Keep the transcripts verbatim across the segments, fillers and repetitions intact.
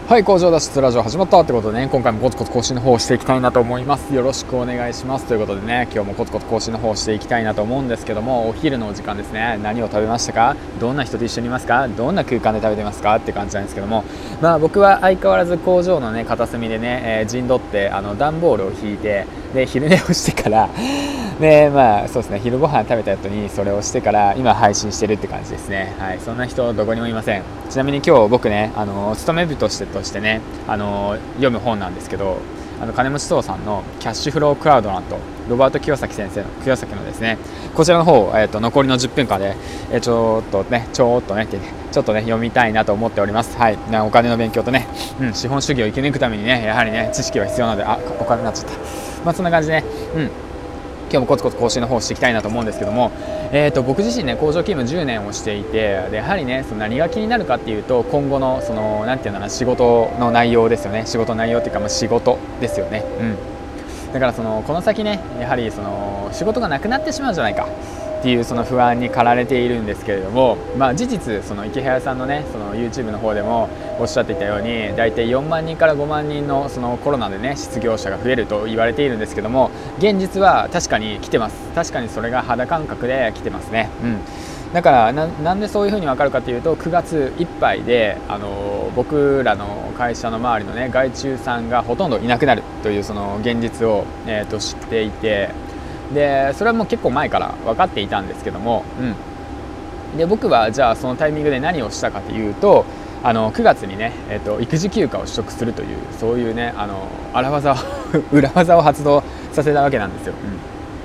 はい、工場脱出ラジオ始まったってことでね、今回もコツコツ更新の方をしていきたいなと思います。よろしくお願いしますということでね、今日もコツコツ更新の方をしていきたいなと思うんですけども、お昼のお時間ですね。何を食べましたか？どんな人と一緒にいますか？どんな空間で食べてますかって感じなんですけども、まあ僕は相変わらず工場のね片隅でね、えー、陣取ってあの段ボールを引いて、で昼寝をしてからでまあそうですね、昼ご飯食べた後にそれをしてから今配信してるって感じですね。はい、そんな人どこにもいません。ちなみに今日僕ね、あの勤め人としてとしてね、あの読む本なんですけど、あの金持ち父さんのキャッシュフロークラウドランとロバート清崎先生の清崎のですね、こちらの方、えー、と残りのじゅっぷんかんで、えー、ちょっとねちょっとねちょっとね読みたいなと思っております。はい、お金の勉強とね、うん、資本主義を生き抜くためにね、やはりね知識は必要なので、あお金になっちゃった。まあそんな感じでね、うん今日もコツコツ更新の方をしていきたいなと思うんですけども、えー、と僕自身ね工場勤務じゅうねんをしていて、でやはりねその何が気になるかっていうと、今後のそのなんていうのかな、仕事の内容ですよね。仕事の内容っていうか、まあ、仕事ですよね。うん、だからそのこの先ね、やはりその仕事がなくなってしまうんじゃないかっていうその不安に駆られているんですけれども、まあ、事実その池早さんのねその YouTube の方でもおっしゃっていたように、だいたいよんまんにんからごまんにんのそのコロナでね失業者が増えると言われているんですけども、現実は確かに来てます。確かにそれが肌感覚で来てますね。うん、だから な, なんでそういうふうに分かるかというと、くがついっぱいで、あの僕らの会社の周りのね外注さんがほとんどいなくなるというその現実を、えー、と知っていて、でそれはもう結構前から分かっていたんですけども、うん、で僕はじゃあそのタイミングで何をしたかというと、あのくがつにね、えー、と育児休暇を取得するという、そういうねあの裏技を裏技を発動させたわけなんですよ。うん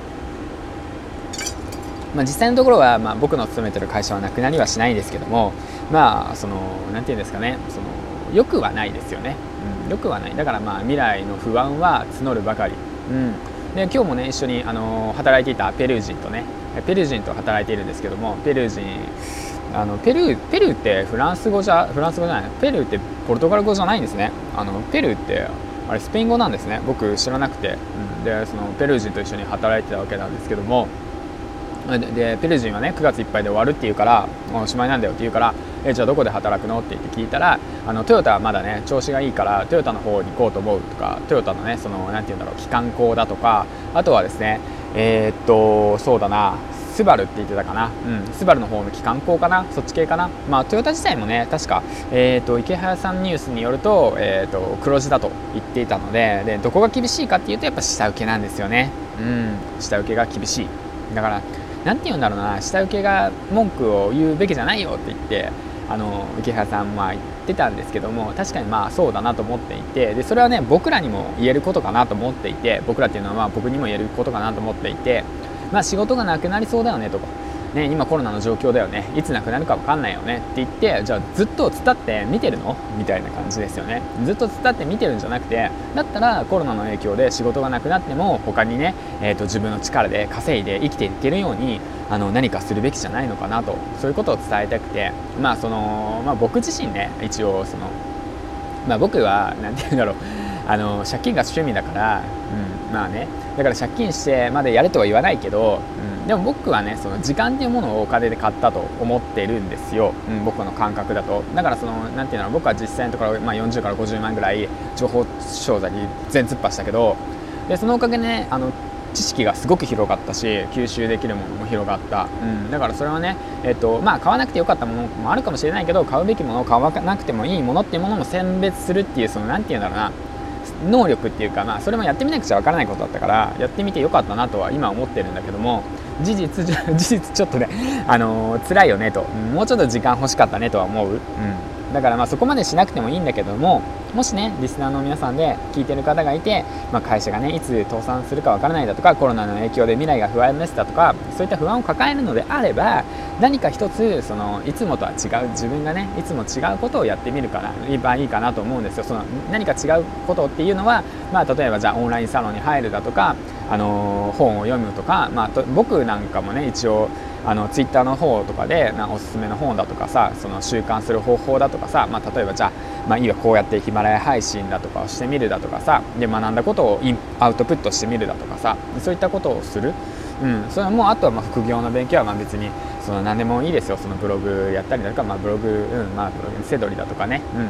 まあ、実際のところは、まあ、僕の勤めてる会社はなくなりはしないんですけども、まあそのなんていうんですかね、その良くはないですよね。うん、良くはない。だからまあ未来の不安は募るばかり。うんで今日もね一緒に、あの働いていたペルー人とねペルー人と働いているんですけども、ペルー人あのペルーペルーってフランス語じゃフランス語じゃないペルーってポルトガル語じゃないんですね。あのペルーってあれスペイン語なんですね。僕知らなくて、うん、でそのペルー人と一緒に働いてたわけなんですけども、ででペルー人はねくがついっぱいで終わるって言うから、もうおしまいなんだよって言うから、えじゃあどこで働くのって言って聞いたら、あのトヨタはまだね調子がいいからトヨタの方に行こうと思うとか、トヨタのねそのなんて言うんだろう、機関工だとか、あとはですねえー、っとそうだなスバルって言ってたかな、うん、スバルの方の機関工かな、そっち系かな。まあトヨタ自体もね確か、えー、と池早さんニュースによると、えー、と黒字だと言っていたので、でどこが厳しいかっていうと、やっぱ下請けなんですよね。うん、下請けが厳しい。だからなんて言うんだろうな、下請けが文句を言うべきじゃないよって言って、あの池原さんは言ってたんですけども、確かにまあそうだなと思っていて、でそれはね僕らにも言えることかなと思っていて、僕らっていうのはまあ僕にも言えることかなと思っていて、まあ仕事がなくなりそうだよねとかね、今コロナの状況だよね、いつなくなるか分かんないよねって言って、じゃあずっと突っ立って見てるのみたいな感じですよね。ずっと突っ立って見てるんじゃなくて、だったらコロナの影響で仕事がなくなっても他にね、えーと自分の力で稼いで生きていけるようにあの何かするべきじゃないのかなと、そういうことを伝えたくて、まあその、まあ、僕自身ね一応その、まあ、僕はなんて言うんだろう、あの借金が趣味だから、うん、まあねだから借金してまでやれとは言わないけど、うん、でも僕はねその時間っていうものをお金で買ったと思ってるんですよ、うん、僕の感覚だと。だからそのなんていうの、僕は実際のところ、まあ、よんじゅうからごじゅうまんぐらい情報商材に全突破したけど、でそのおかげでねあの知識がすごく広がったし、吸収できるものも広がった、うん、だからそれはね、えっとまあ、買わなくてよかったものもあるかもしれないけど、買うべきもの、買わなくてもいいものっていうものも選別するっていう、そのなんていうんだろうな、能力っていうかな、それもやってみなくちゃわからないことだったから、やってみてよかったなとは今思ってるんだけども、事実事実ちょっとね、あのー、辛いよねと、もうちょっと時間欲しかったねとは思う、うん、だからまあそこまでしなくてもいいんだけども、もしねリスナーの皆さんで聞いてる方がいて、まあ、会社がねいつ倒産するかわからないだとか、コロナの影響で未来が不安ですだとか、そういった不安を抱えるのであれば、何か一つそのいつもとは違う、自分がねいつも違うことをやってみるから一番いいかなと思うんですよ。その何か違うことっていうのは、まあ、例えばじゃあオンラインサロンに入るだとか、あのー、本を読むとか、まあ、と僕なんかもね一応あのツイッターの方とかでなおすすめの本だとかさ、その習慣する方法だとかさ、まあ、例えばじゃあ、まあ、いいわこうやってヒマラヤ配信だとかをしてみるだとかさ、で学んだことをインアウトプットしてみるだとかさ、そういったことをする、うん、それはもうあとはまあ副業の勉強はまあ別にその何でもいいですよ。そのブログやったりだとか、まあ、ブログ、うんまあ、ブログセドリだとかね、うん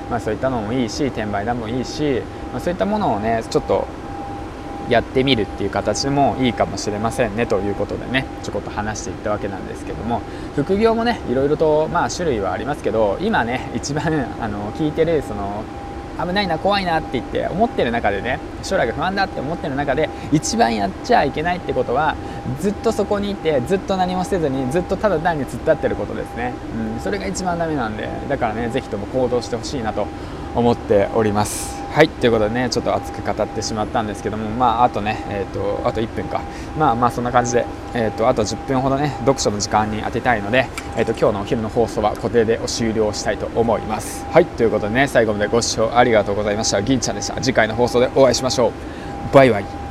まあ、そういったのもいいし、転売でもいいし、まあ、そういったものをねちょっとやってみるっていう形もいいかもしれませんねということでね、ちょこっと話していったわけなんですけども、副業もねいろいろとまあ種類はありますけど、今ね一番あの聞いてるその危ないな怖いなって言って思ってる中でね、将来が不安だって思ってる中で一番やっちゃいけないってことは、ずっとそこにいてずっと何もせずにずっとただ単に突っ立ってることですね、うん、それが一番ダメなんで、だからねぜひとも行動してほしいなと思っております。はい、ということでねちょっと熱く語ってしまったんですけども、まああとねえっ、ー、とあといっぷんか、まあまあそんな感じで、えっ、ー、とあとじゅっぷんほどね読書の時間に当てたいので、えっ、ー、と今日のお昼の放送は固定で終了したいと思います。はい、ということでね最後までご視聴ありがとうございました。銀ちゃんでした。次回の放送でお会いしましょう。バイバイ。